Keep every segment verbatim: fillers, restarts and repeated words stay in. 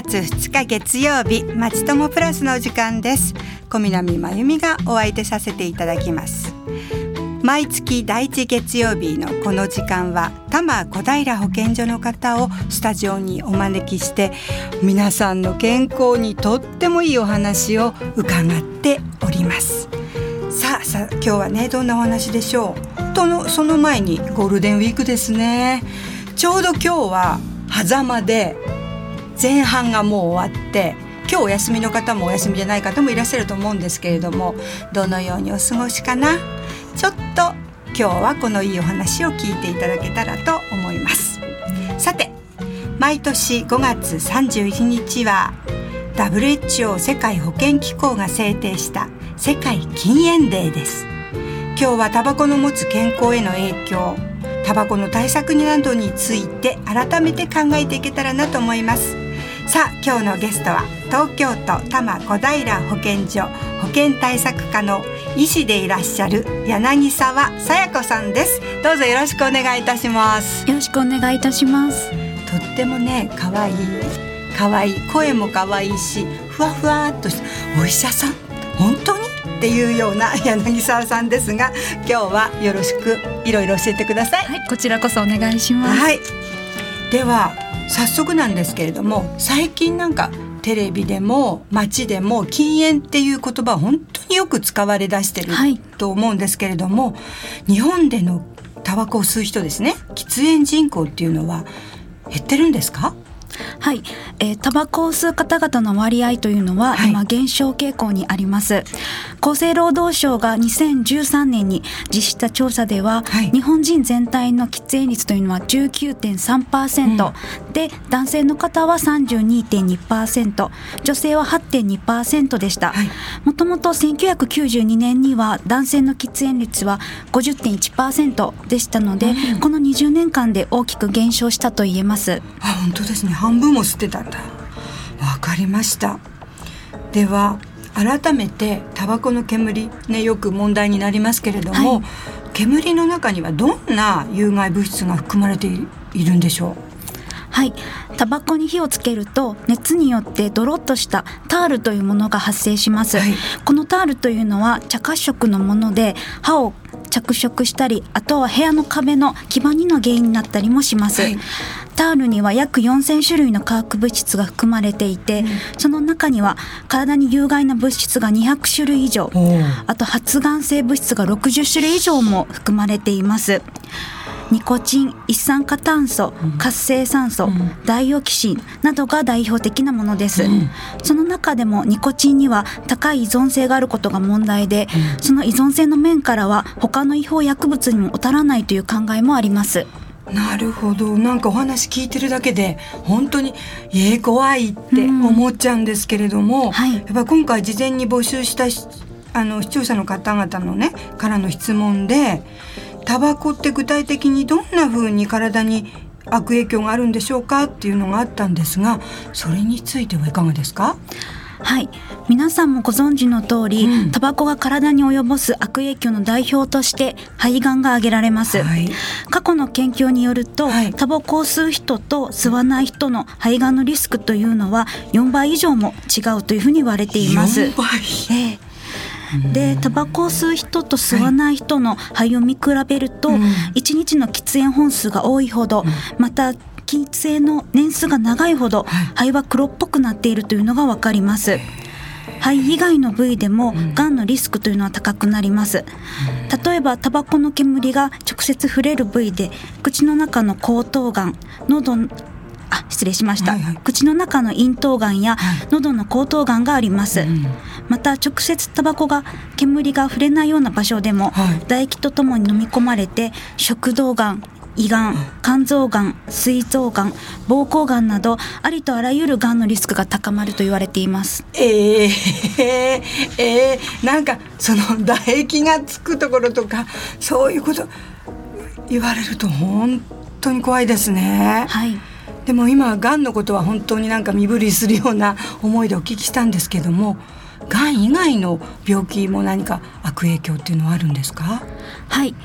がつふつか月曜日、まちともプラスのお時間です。小南真由美がお相手させていただきます。毎月第一月曜日のこの時間は多摩小平保健所の方をスタジオにお招きして、皆さんの健康にとってもいいお話を伺っております。さあさあ、今日はね、どんなお話でしょう。とのその前にゴールデンウィークですね。ちょうど今日は狭間で前半がもう終わって、今日お休みの方もお休みじゃない方もいらっしゃると思うんですけれども、どのようにお過ごしかな。ちょっと今日はこのいいお話を聞いていただけたらと思います。さて、毎年ごがつさんじゅういちにちは ダブリューエイチオー 世界保健機構が制定した世界禁煙デーです。今日はタバコの持つ健康への影響、タバコの対策などについて改めて考えていけたらなと思います。さあ、今日のゲストは東京都多摩小平保健所保健対策課の医師でいらっしゃる柳沢さや子さんです。どうぞよろしくお願いいたします。 よろしくお願いいたします。 とってもね、かわいいかわいい、声もかわいいし、ふわふわっとしたお医者さん、本当にっていうような柳沢さんですが、今日はよろしくいろいろ教えてください。 はい、こちらこそお願いします。 はい、では早速なんですけれども、最近なんかテレビでも街でも禁煙っていう言葉は本当によく使われ出してると思うんですけれども、はい、日本でのタバコを吸う人ですね、喫煙人口っていうのは減ってるんですか？ はい、えー、タバコを吸う方々の割合というのは今減少傾向にあります。はい、厚生労働省がにせんじゅうさんねんに実施した調査では、はい、日本人全体の喫煙率というのは じゅうきゅうてんさんパーセント、うん、で男性の方は さんじゅうにてんにパーセント、女性は はちてんにパーセント でした。もともとせんきゅうひゃくきゅうじゅうにねんには男性の喫煙率は ごじゅってんいちパーセント でしたので、うん、このにじゅうねんかんで大きく減少したと言えます。 あ、本当ですね。半分も吸ってたんだ。わかりました。では改めてタバコの煙、ね、よく問題になりますけれども、はい、煙の中にはどんな有害物質が含まれているんでしょう？ はい、タバコに火をつけると熱によってドロッとしたタールというものが発生します。はい、このタールというのは茶褐色のもので、歯を着色したり、あとは部屋の壁の黄ばみの原因になったりもします。はい、タールには約よんせんしゅるいの化学物質が含まれていて、うん、その中には体に有害な物質がにひゃくしゅるい以上、あと発がん性物質がろくじゅっしゅるい以上も含まれています。ニコチン、一酸化炭素、活性酸素、うん、ダイオキシンなどが代表的なものです。うん、その中でもニコチンには高い依存性があることが問題で、うん、その依存性の面からは他の違法薬物にも劣らないという考えもあります。 なるほど。なんかお話聞いてるだけで本当にえー、怖いって思っちゃうんですけれども、うんはい、やっぱ今回事前に募集したあの視聴者の方々のねからの質問で、タバコって具体的にどんな風に体に悪影響があるんでしょうかっていうのがあったんですが、それについてはいかがですか？ はい、皆さんもご存知の通り、うん、タバコが体に及ぼす悪影響の代表として肺がんが挙げられます。はい、過去の研究によると、はい、タバコを吸う人と吸わない人の肺がんのリスクというのはよんばい以上も違うというふうに言われています。 よんばい、 えーでタバコを吸う人と吸わない人の肺を見比べると、はい、いちにちの喫煙本数が多いほど、うん、また喫煙の年数が長いほど、はい、肺は黒っぽくなっているというのが分かります。肺以外の部位でも、うん、がんのリスクというのは高くなります。うん、例えばタバコの煙が直接触れる部位で口の中の喉頭がん、喉あ失礼しました、はいはい、口の中の咽頭がんや、はい、喉の喉頭がんがあります。うん、また直接タバコが煙が触れないような場所でも、はい、唾液とともに飲み込まれて食道がん、胃がん、肝臓がん、膵臓がん、膀胱がんなどありとあらゆるがんのリスクが高まると言われています。 えー、えー、なんかその唾液がつくところとかそういうこと言われると本当に怖いですね。はい、でも今がんのことは本当になんか身振りするような思いでお聞きしたんですけども、がん以外の病気も何か悪影響っていうのはあるんですか？ はい、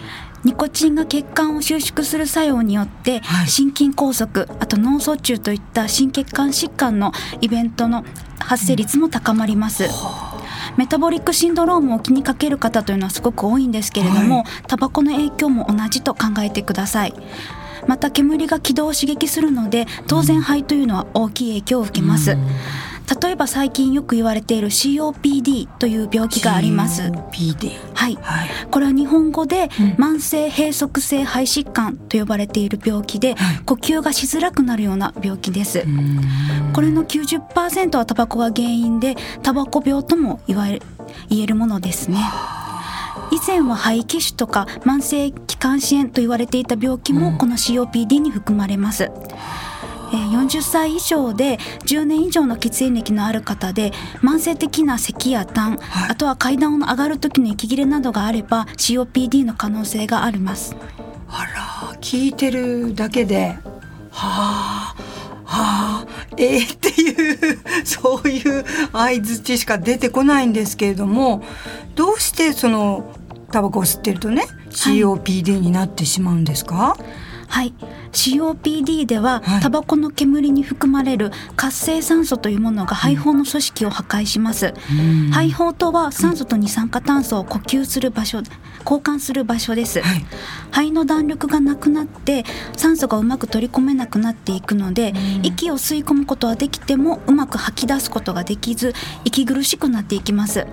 ニコチンが血管を収縮する作用によって、はい、心筋梗塞、あと脳卒中といった心血管疾患のイベントの発生率も高まります、うん、メタボリックシンドロームを気にかける方というのはすごく多いんですけれども、はい、タバコの影響も同じと考えてください。また煙が気道を刺激するので当然肺というのは大きい影響を受けます、うん、例えば最近よく言われている シーオーピーディー という病気があります。 シーオーピーディー、 はいはい、これは日本語で慢性閉塞性肺疾患と呼ばれている病気で、はい、呼吸がしづらくなるような病気です。これの きゅうじゅっパーセント はタバコが原因でタバコ病とも言われ言えるものですね。以前は肺気腫とか慢性気管支炎と言われていた病気もこの シーオーピーディー に含まれます。えー、よんじゅっさい以上でじゅうねん以上の喫煙歴のある方で慢性的な咳や痰、はい、あとは階段を上がる時の息切れなどがあれば シーオーピーディー の可能性があります。 あら、聞いてるだけではあはあえー、っていうそういう相槌しか出てこないんですけれども、どうしてそのタバコを吸ってるとね シーオーピーディー になってしまうんですか？ はい、シーオーピーディー では、はい、タバコの煙に含まれる活性酸素というものが肺胞の組織を破壊します、うん、肺胞とは酸素と二酸化炭素を呼吸する場所、交換する場所です、はい、肺の弾力がなくなって酸素がうまく取り込めなくなっていくので、うん、息を吸い込むことはできてもうまく吐き出すことができず息苦しくなっていきます、はい、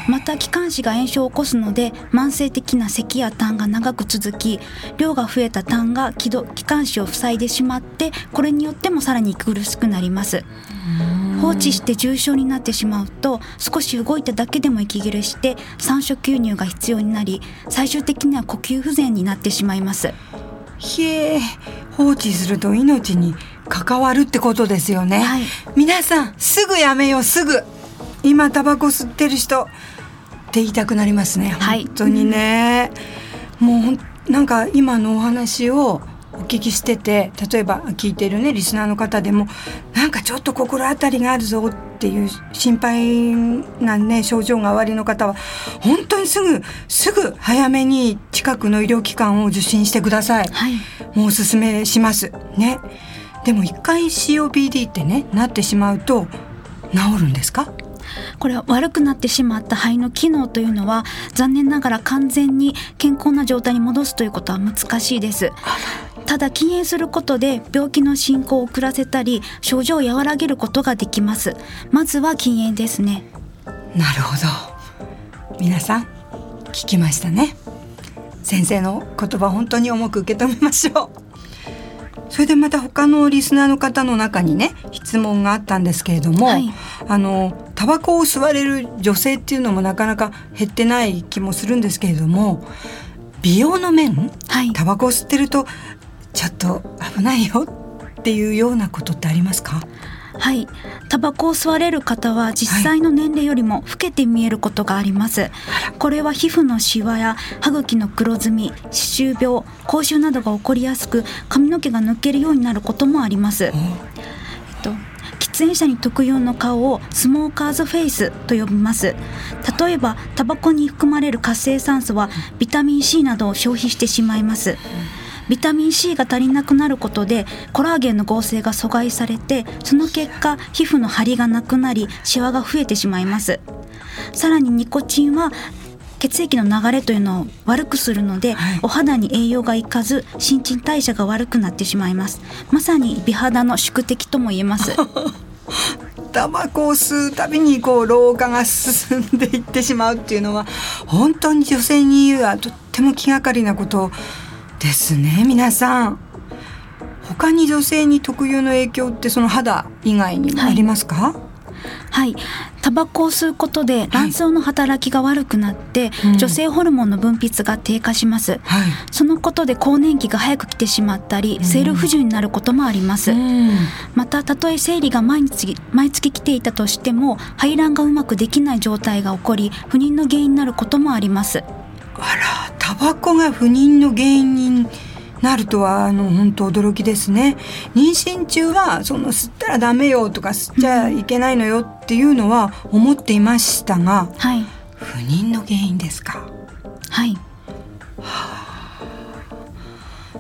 また気管支が炎症を起こすので慢性的な咳や痰が長く続き、量が増えた痰が気道、気管支を塞いでしまって、これによってもさらに息苦しくなります。放置して重症になってしまうと少し動いただけでも息切れして酸素吸入が必要になり、最終的には呼吸不全になってしまいます。 ひえ、放置すると命に関わるってことですよね、はい、皆さんすぐやめよう、すぐ。今タバコ吸ってる人って言いたくなりますね、はい、本当にね、もうなんか今のお話をお聞きしてて、例えば聞いてるねリスナーの方でもなんかちょっと心当たりがあるぞっていう心配なね症状がおありの方は本当にすぐすぐ早めに近くの医療機関を受診してください、はい、もうおすすめしますね。でも一回 シーオーピーディー ってねなってしまうと治るんですか？ これは悪くなってしまった肺の機能というのは残念ながら完全に健康な状態に戻すということは難しいです。ただ禁煙することで病気の進行を遅らせたり症状を和らげることができます。まずは禁煙ですね。 なるほど、皆さん聞きましたね。先生の言葉本当に重く受け止めましょう。それでまた他のリスナーの方の中にね質問があったんですけれども、はい、あのタバコを吸われる女性っていうのもなかなか減ってない気もするんですけれども、美容の面、はい、タバコを吸ってるとちょっと危ないよっていうようなことってありますか？ はい、タバコを吸われる方は実際の年齢よりも老けて見えることがあります、はい、これは皮膚のシワや歯茎の黒ずみ、歯周病、口臭などが起こりやすく髪の毛が抜けるようになることもあります、えっと、喫煙者に特有の顔をスモーカーズフェイスと呼びます。例えばタバコに含まれる活性酸素はビタミン C などを消費してしまいます。ビタミン C が足りなくなることでコラーゲンの合成が阻害されて、その結果皮膚の張りがなくなりシワが増えてしまいます。さらにニコチンは血液の流れというのを悪くするので、はい、お肌に栄養がいかず新陳代謝が悪くなってしまいます。まさに美肌の宿敵とも言えますタバコを吸うたびにこう老化が進んでいってしまうっていうのは本当に女性に言うはとっても気がかりなことですね。皆さん他に女性に特有の影響ってその肌以外にもありますか？はい、 はい、タバコを吸うことで卵巣の働きが悪くなって、はい、女性ホルモンの分泌が低下します、はい、そのことで更年期が早く来てしまったり、うん、生理不順になることもあります、うん、またたとえ生理が毎日毎月来ていたとしても排卵がうまくできない状態が起こり不妊の原因になることもあります。 あら、タバコが不妊の原因になるとはあの本当驚きですね。妊娠中はその吸ったらダメよとか吸っちゃいけないのよっていうのは思っていましたが、はい、不妊の原因ですか？ はい、 はあ、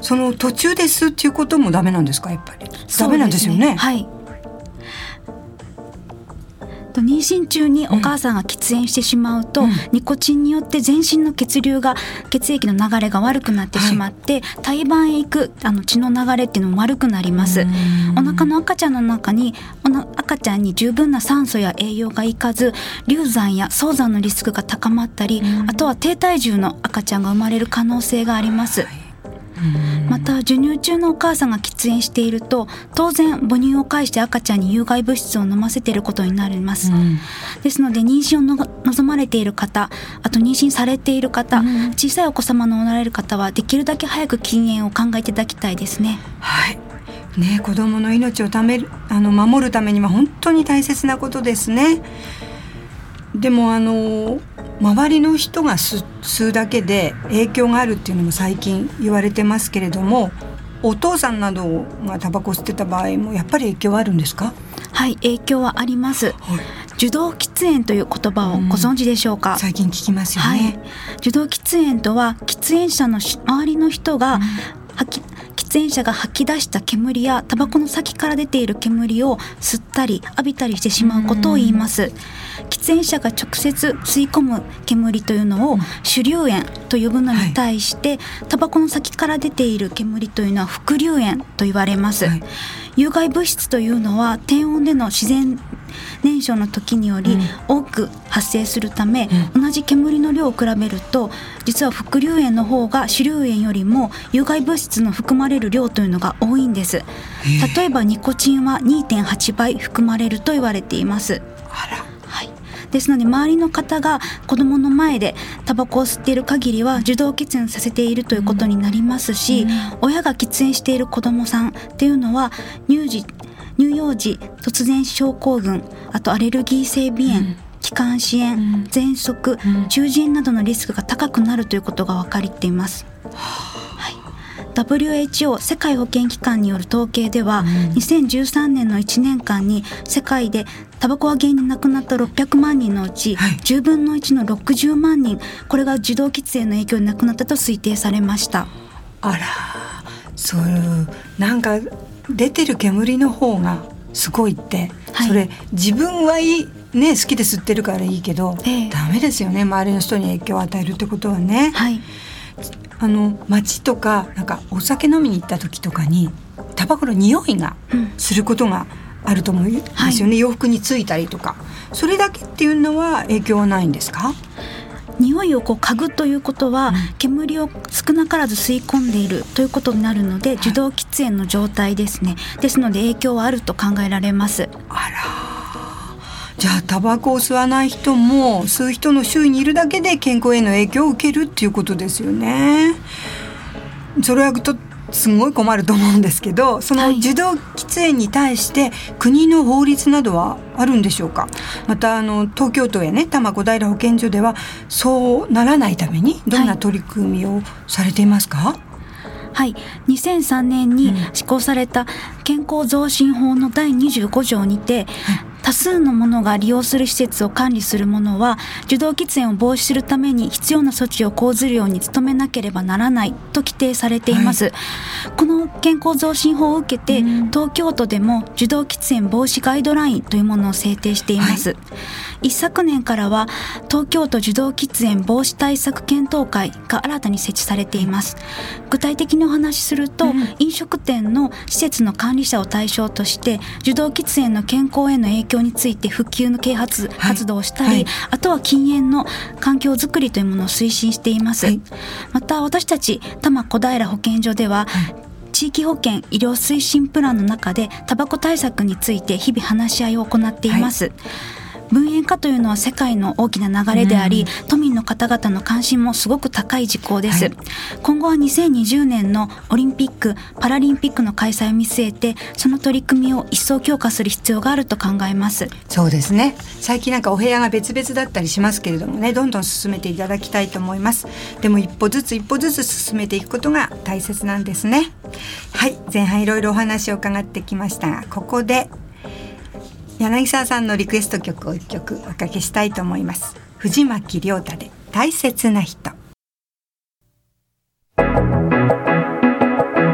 その途中で吸うっていうこともダメなんですか？やっぱりそうですね、 ダメなんですよね。 はい。妊娠中にお母さんが喫煙してしまうと、うん、ニコチンによって全身の血流が血液の流れが悪くなってしまって、はい、胎盤へ行くあの血の流れっていうのも悪くなります。お腹の赤ちゃんの中におな赤ちゃんに十分な酸素や栄養がいかず流産や早産のリスクが高まったり、あとは低体重の赤ちゃんが生まれる可能性があります。はい、また授乳中のお母さんが喫煙していると当然母乳を介して赤ちゃんに有害物質を飲ませていることになります、うん、ですので妊娠をの望まれている方、あと妊娠されている方、うん、小さいお子様のおられる方はできるだけ早く禁煙を考えていただきたいですね。 はいね、子どもの命をためるあの守るためには本当に大切なことですね。でもあの周りの人が吸うだけで影響があるっていうのも最近言われてますけれども、お父さんなどがタバコ吸ってた場合もやっぱり影響はあるんですか？ はい、影響はあります、はい、受動喫煙という言葉をご存知でしょうか？うん、 最近聞きますよね。はい、 受動喫煙とは喫煙者の周りの人が吐き、うん喫煙者が吐き出した煙やタバコの先から出ている煙を吸ったり浴びたりしてしまうことを言います。喫煙者が直接吸い込む煙というのを主流煙と呼ぶのに対して、はい、タバコの先から出ている煙というのは副流煙と言われます。はい、有害物質というのは低温での自然燃焼の時により多く発生するため、うん、同じ煙の量を比べると実は副流煙の方が主流煙よりも有害物質の含まれる量というのが多いんです。例えばニコチンは にてんはち 倍含まれると言われています。 あら、 はい、ですので周りの方が子どもの前でタバコを吸っている限りは受動喫煙させているということになりますし、うん、親が喫煙している子どもさんっていうのは乳児乳幼児突然死症候群、あとアレルギー性鼻炎、うん、気管支炎、うん、喘息、うん、中耳炎などのリスクが高くなるということが分かっています。はい、ダブリューエイチオー 世界保健機関による統計では、うん、にせんじゅうさんねんのいちねんかんに世界でタバコが原因で亡くなったろっぴゃくまんにんのうち、はい、じゅうぶんのいちのろくじゅうまんにん、これが受動喫煙の影響で亡くなったと推定されました。 あら、そうなんか出てる煙の方がすごいって、はい、それ自分はいい、ね、好きで吸ってるからいいけど、ええ、ダメですよね。周りの人に影響を与えるってことはね。はい、あの街とか、なんかお酒飲みに行った時とかにタバコの匂いがすることがあると思うんですよね。はい、洋服についたりとか、それだけっていうのは影響はないんですか？ 匂いをこう嗅ぐということは、うん、煙を少なからず吸い込んでいるということになるので、はい、受動喫煙の状態ですね。ですので影響はあると考えられます。 あら、じゃあタバコを吸わない人も吸う人の周囲にいるだけで健康への影響を受けるっていうことですよね。それはとすごい困ると思うんですけど、その受動喫煙に対して国の法律などはあるんでしょうか？またあの東京都やね、多摩小平保健所ではそうならないためにどんな取り組みをされていますか？はいはい、にせんさんねんに施行された健康増進法のだいにじゅうごじょうにて、多数の者が利用する施設を管理する者は受動喫煙を防止するために必要な措置を講ずるように努めなければならないと規定されています。はい、この健康増進法を受けて、うん、東京都でも受動喫煙防止ガイドラインというものを制定しています。はい、一昨年からは東京都受動喫煙防止対策検討会が新たに設置されています。具体的にお話しすると、うん、飲食店の施設の管理者を対象として受動喫煙の健康への影響について普及の啓発活動をしたり、はいはい、あとは禁煙の環境づくりというものを推進しています。はい、また私たち多摩小平保健所では、はい、地域保健医療推進プランの中でタバコ対策について日々話し合いを行っています。はい、分煙化というのは世界の大きな流れであり、うん、都民の方々の関心もすごく高い事項です。はい、今後はにせんにじゅうねんのオリンピック・パラリンピックの開催を見据えて、その取り組みを一層強化する必要があると考えます。 そうですね。最近なんかお部屋が別々だったりしますけれどもね、どんどん進めていただきたいと思います。でも一歩ずつ一歩ずつ進めていくことが大切なんですね。はい、前半いろいろお話を伺ってきましたが、ここで柳沢さんのリクエスト曲を一曲おかけしたいと思います。藤巻亮太で大切な人。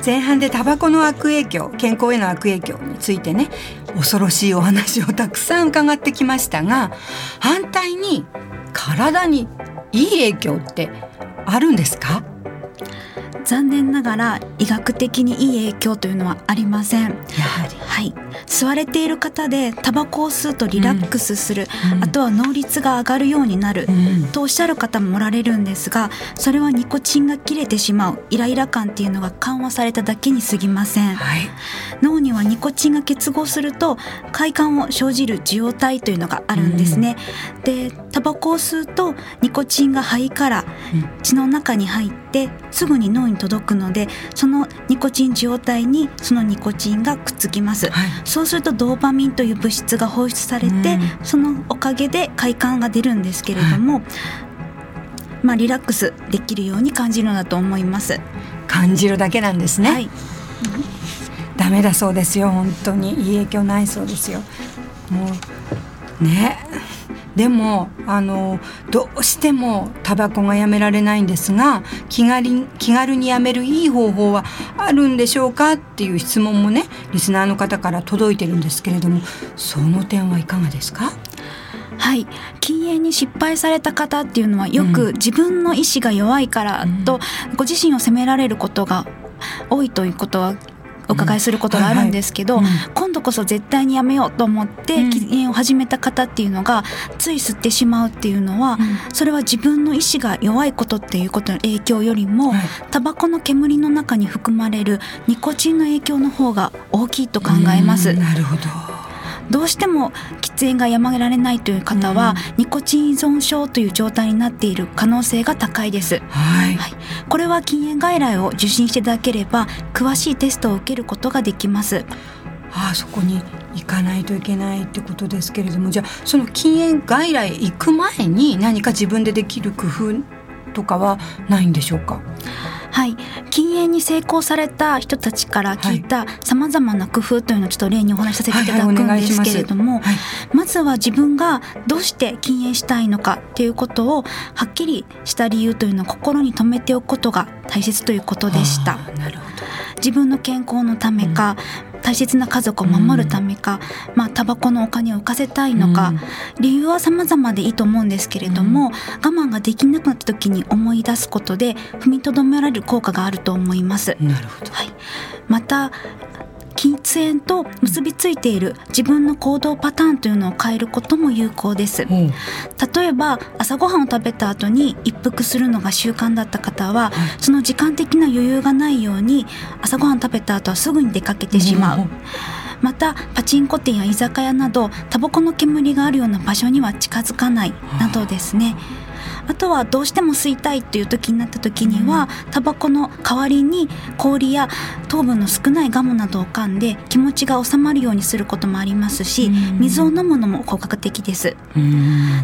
前半でタバコの悪影響、健康への悪影響についてね、恐ろしいお話をたくさん伺ってきましたが、反対に体にいい影響ってあるんですか？ 残念ながら医学的にいい影響というのはありません。やはり、 はい、吸われている方でタバコを吸うとリラックスする、うん、あとは能率が上がるようになる、うん、とおっしゃる方もおられるんですが、それはニコチンが切れてしまうイライラ感っていうのが緩和されただけに過ぎません、はい、脳にはニコチンが結合すると快感を生じる受容体というのがあるんですね、うん、でタバコを吸うとニコチンが肺から血の中に入ってすぐに脳に届くので、そのニコチン受容体にそのニコチンがくっつきます、はい、そうするとドーパミンという物質が放出されて、うん、そのおかげで快感が出るんですけれども、はい、まあ、リラックスできるように感じるのだと思います。 感じるだけなんですね、はい、うん、ダメだそうですよ。本当にいい影響ないそうですよ。もうね、でもあのどうしてもタバコがやめられないんですが、気軽に、気軽にやめるいい方法はあるんでしょうかっていう質問もね、リスナーの方から届いてるんですけれども、その点はいかがですか？ はい、禁煙に失敗された方っていうのはよく自分の意志が弱いからとご自身を責められることが多いということはお伺いすることがあるんですけど、うんはいはい、今度こそ絶対にやめようと思って禁煙を始めた方っていうのがつい吸ってしまうっていうのは、うん、それは自分の意志が弱いことっていうことの影響よりも、はい、タバコの煙の中に含まれるニコチンの影響の方が大きいと考えます。 なるほど。 どうしても喫煙がやめられないという方は、うん、ニコチン依存症という状態になっている可能性が高いです、 はいはい、これは禁煙外来を受診していただければ詳しいテストを受けることができます。 ああ、そこに行かないといけないってことですけれども、じゃあその禁煙外来行く前に何か自分でできる工夫とかはないんでしょうか？ はい、禁煙に成功された人たちから聞いたさまざまな工夫というのをちょっと例にお話しさせていただくんですけれども、まずは自分がどうして禁煙したいのかっていうことをはっきりした理由というのを心に留めておくことが大切ということでした。 なるほど。 自分の健康のためか、うん、大切な家族を守るためか、うん、まあ、タバコのお金を浮かせたいのか、うん、理由は様々でいいと思うんですけれども、うん、我慢ができなくなった時に思い出すことで踏みとどめられる効果があると思います。 なるほど、 はい、また喫煙と結びついている自分の行動パターンというのを変えることも有効です、うん、例えば朝ごはんを食べた後に一服するのが習慣だった方は、うん、その時間的な余裕がないように朝ごはん食べた後はすぐに出かけてしまう、うん、またパチンコ店や居酒屋などタバコの煙があるような場所には近づかないなどですね。あとはどうしても吸いたいっていう時になった時には、うん、タバコの代わりに氷や糖分の少ないガムなどを噛んで気持ちが収まるようにすることもありますし、うん、水を飲むのも効果的です、うん、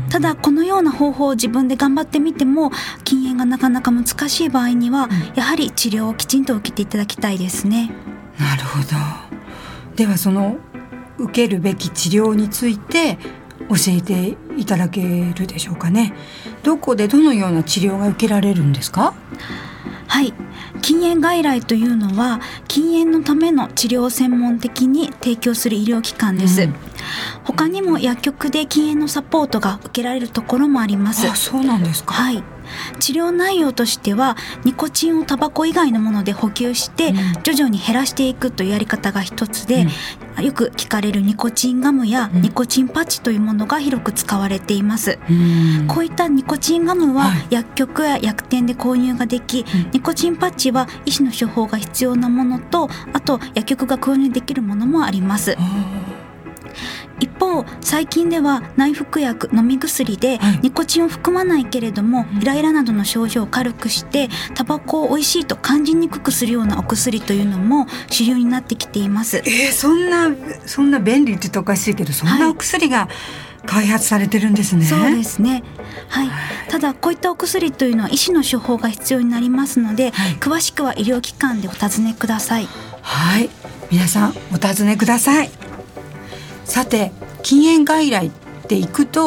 ただこのような方法を自分で頑張ってみても禁煙がなかなか難しい場合には、うん、やはり治療をきちんと受けていただきたいですね。 なるほど。ではその受けるべき治療について教えていただけるでしょうかね。どこでどのような治療が受けられるんですか？ はい、禁煙外来というのは禁煙のための治療を専門的に提供する医療機関です、うん、他にも薬局で禁煙のサポートが受けられるところもあります。 あ、そうなんですか。 はい、治療内容としてはニコチンをタバコ以外のもので補給して徐々に減らしていくというやり方が一つで、うん、よく聞かれるニコチンガムやニコチンパッチというものが広く使われています、うん、こういったニコチンガムは薬局や薬店で購入ができ、はい、ニコチンパッチは医師の処方が必要なものと、あと薬局が購入できるものもあります。一方最近では内服薬飲み薬でニコチンを含まないけれども、はい、イライラなどの症状を軽くしてタバコを美味しいと感じにくくするようなお薬というのも主流になってきています。 えー、そんなそんな便利って言うとおかしいけど、そんなお薬が開発されてるんですね。 はい、そうですね、はい、ただこういったお薬というのは医師の処方が必要になりますので、はい、詳しくは医療機関でお尋ねください。 はい、皆さんお尋ねください。さて禁煙外来って行くと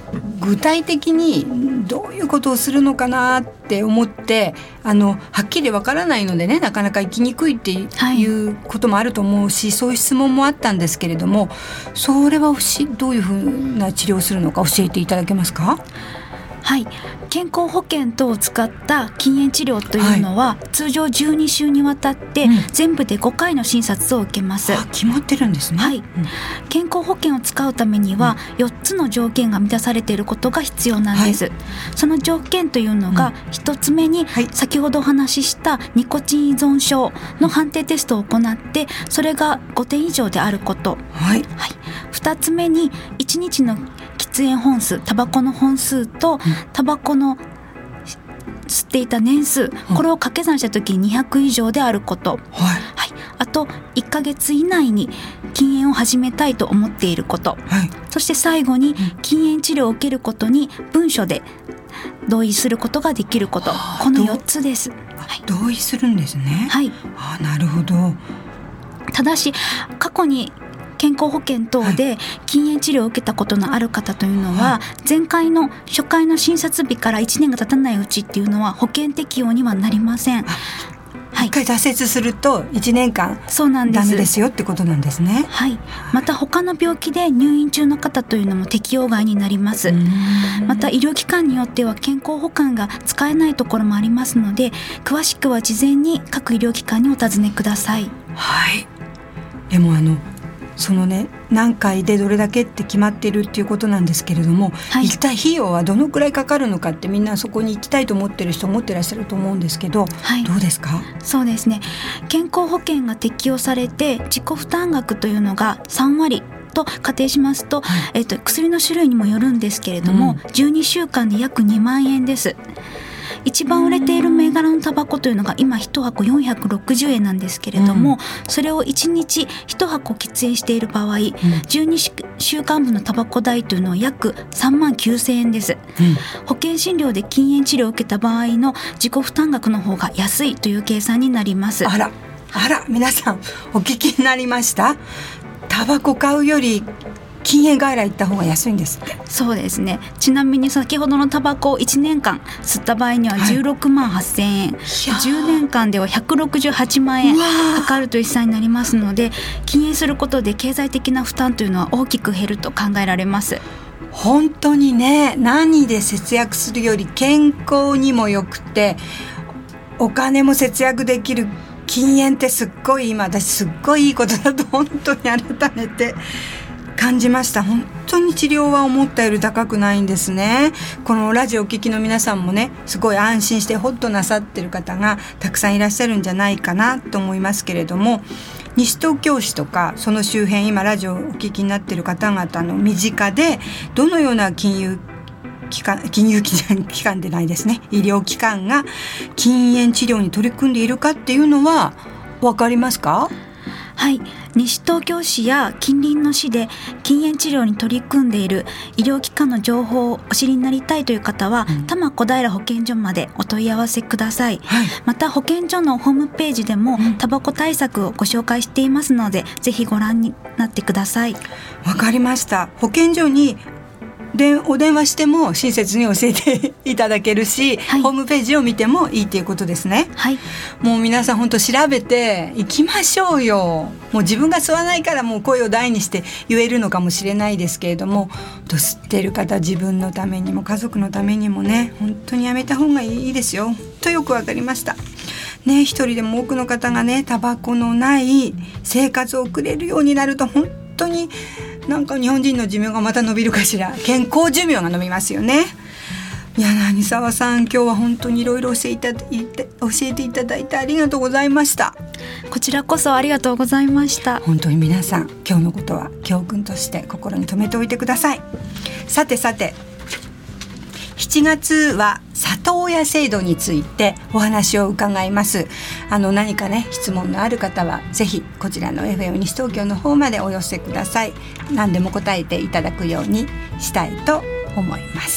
具体的にどういうことをするのかなって思ってあのはっきりわからないのでね、なかなか行きにくいっていうこともあると思うし、はい、そういう質問もあったんですけれども、それはどういうふうな治療をするのか教えていただけますか？ はい、健康保険等を使った禁煙治療というのは、はい、通常じゅうに週にわたって、うん、全部でごかいの診察を受けます。 あ、決まってるんですね。 はい、うん、健康保険を使うためには、うん、よっつの条件が満たされていることが必要なんです、はい、その条件というのが、うん、ひとつめに、はい、先ほどお話ししたニコチン依存症の判定テストを行ってそれがごてん以上であること、はいはい、ふたつめにいちにちの喫煙本数、タバコの本数とタバコの吸っていた年数、これを掛け算した時ににひゃく以上であること、はいはい、あといっかげつ以内に禁煙を始めたいと思っていること、はい、そして最後に禁煙治療を受けることに文書で同意することができること、このよっつです。 はい、同意するんですね。はい、あ、なるほど。 ただし過去に健康保険等で禁煙治療を受けたことのある方というのは、はい、前回の初回の診察日からいちねんが経たないうちっていうのは保険適用にはなりません。はい、 一回挫折するといちねんかんそうなんです。 ダメですよってことなんですね。 はい、また他の病気で入院中の方というのも適用外になります。また医療機関によっては健康保険が使えないところもありますので、詳しくは事前に各医療機関にお尋ねください。 はい、でもあのそのね、何回でどれだけって決まってるっていうことなんですけれども、はい、一体費用はどのくらいかかるのかってみんなそこに行きたいと思ってる人思ってらっしゃると思うんですけど、はい、どうですか？ そうですね、健康保険が適用されて自己負担額というのがさんわりと仮定しますと、はい、えっと、薬の種類にもよるんですけれども、うん、じゅうにしゅうかんで約にまんえんです。一番売れている銘柄のタバコというのが今いちはこよんひゃくろくじゅうえんなんですけれども、うん、それをいちにちいちはこ喫煙している場合、うん、じゅうにしゅうかんぶんのタバコ代というのは約さんまんきゅうせんえんです、うん、保険診療で禁煙治療を受けた場合の自己負担額の方が安いという計算になります。 あらあら、皆さんお聞きになりました？タバコ買うより禁煙外来行った方が安いんですって。 そうですね。ちなみに先ほどのタバコをいちねんかん吸った場合にはじゅうろくまんはっせんえん、はい、じゅうねんかんではひゃくろくじゅうはちまんえんかかるという試算になりますので、禁煙することで経済的な負担というのは大きく減ると考えられます。 本当にね、何で節約するより健康にもよくてお金も節約できる禁煙ってすっごい今私すっごいいいことだと本当に改めて感じました。本当に治療は思ったより高くないんですね。このラジオを聞きの皆さんもね、すごい安心してホッとなさってる方がたくさんいらっしゃるんじゃないかなと思いますけれども、西東京市とかその周辺、今ラジオをお聞きになっている方々の身近でどのような金融機関、金融機関、機関でないですね、医療機関が禁煙治療に取り組んでいるかっていうのは分かりますか？ はい、西東京市や近隣の市で禁煙治療に取り組んでいる医療機関の情報をお知りになりたいという方は、うん、多摩小平保健所までお問い合わせください、はい、また保健所のホームページでも、うん、タバコ対策をご紹介していますので、ぜひご覧になってください。 わかりました。保健所にでお電話しても親切に教えていただけるし、はい、ホームページを見てもいいということですね、はい、もう皆さん本当調べていきましょうよ。もう自分が吸わないからもう声を大にして言えるのかもしれないですけれども、吸ってる方自分のためにも家族のためにもね、本当にやめた方がいいですよ。とよくわかりましたね。一人でも多くの方がね、タバコのない生活を送れるようになると本当になんか日本人の寿命がまた伸びるかしら。健康寿命が伸びますよね。いや、何沢さん、今日は本当にいろいろ教えていただいてありがとうございました。 こちらこそありがとうございました。 本当に皆さん、今日のことは教訓として心に留めておいてください。さてさて、しちがつは里親制度についてお話を伺います。あの何かね、質問のある方はぜひこちらの エフエム 西東京の方までお寄せください。何でも答えていただくようにしたいと思います。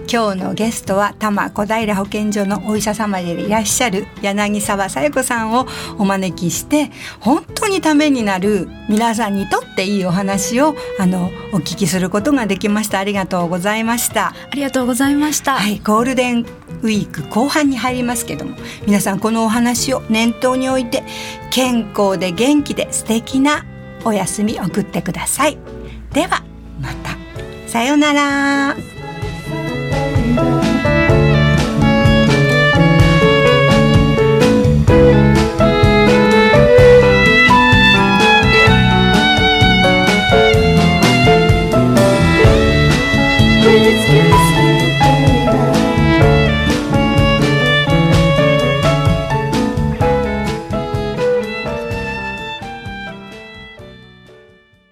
今日のゲストは多摩小平保健所のお医者様でいらっしゃる柳沢紗代子さんをお招きして、本当にためになる、皆さんにとっていいお話をあのお聞きすることができました。ありがとうございました。 ありがとうございました。 はい、ゴールデンウィーク後半に入りますけども、皆さんこのお話を念頭に置いて、健康で元気で素敵なお休み送ってください。ではまた、さようなら。